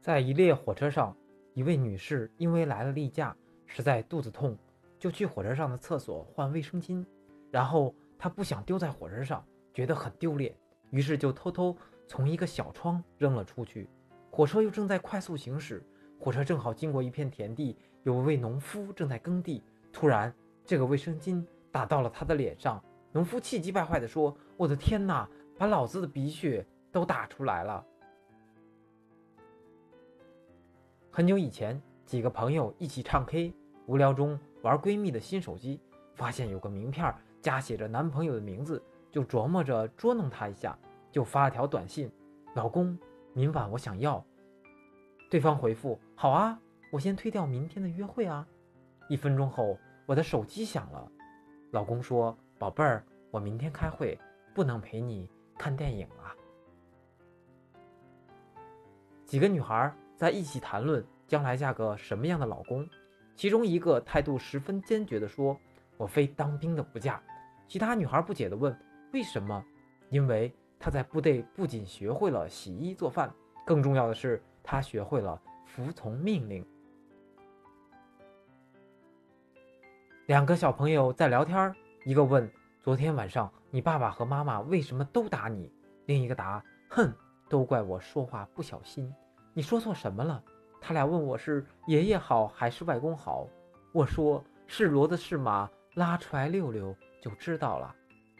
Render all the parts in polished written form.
在一列火车上，一位女士因为来了例假，实在肚子痛，就去火车上的厕所换卫生巾。然后她不想丢在火车上，觉得很丢脸，于是就偷偷从一个小窗扔了出去。火车又正在快速行驶，火车正好经过一片田地，有位农夫正在耕地。突然，这个卫生巾打到了他的脸上，农夫气急败坏地说：“我的天哪，把老子的鼻血都打出来了！”很久以前，几个朋友一起唱 K， 无聊中玩闺蜜的新手机，发现有个名片加写着男朋友的名字，就琢磨着捉弄他一下，就发了条短信：“老公，明晚我想要。”对方回复：“好啊，我先推掉明天的约会啊。”1分钟后，我的手机响了，老公说：“宝贝儿，我明天开会，不能陪你看电影了。”几个女孩在一起谈论将来嫁个什么样的老公，其中一个态度十分坚决地说：“我非当兵的不嫁。”其他女孩不解地问：“为什么？”因为她在部队不仅学会了洗衣做饭，更重要的是她学会了服从命令。两个小朋友在聊天，一个问：“昨天晚上你爸爸和妈妈为什么都打你？”另一个答：“哼，都怪我说话不小心。”“你说错什么了？”他俩问我是爷爷好还是外公好，我说是骡子是马，拉出来溜溜就知道了。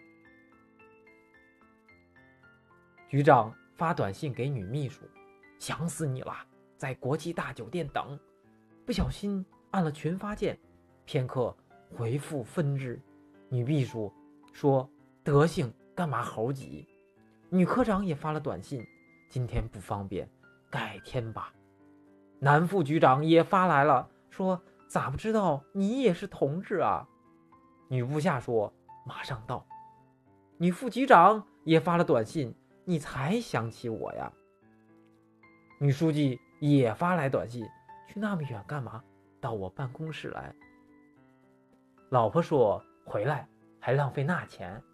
局长发短信给女秘书：“想死你了，在国际大酒店等。”不小心按了群发键，片刻回复分支。女秘书说：“德行干嘛猴急？”女科长也发了短信：“今天不方便，改天吧。”男副局长也发来了，说：“咋不知道你也是同志啊？”女部下说：“马上到。”女副局长也发了短信：“你才想起我呀？”女书记也发来短信：“去那么远干嘛？到我办公室来。”老婆说：“回来还浪费那钱。”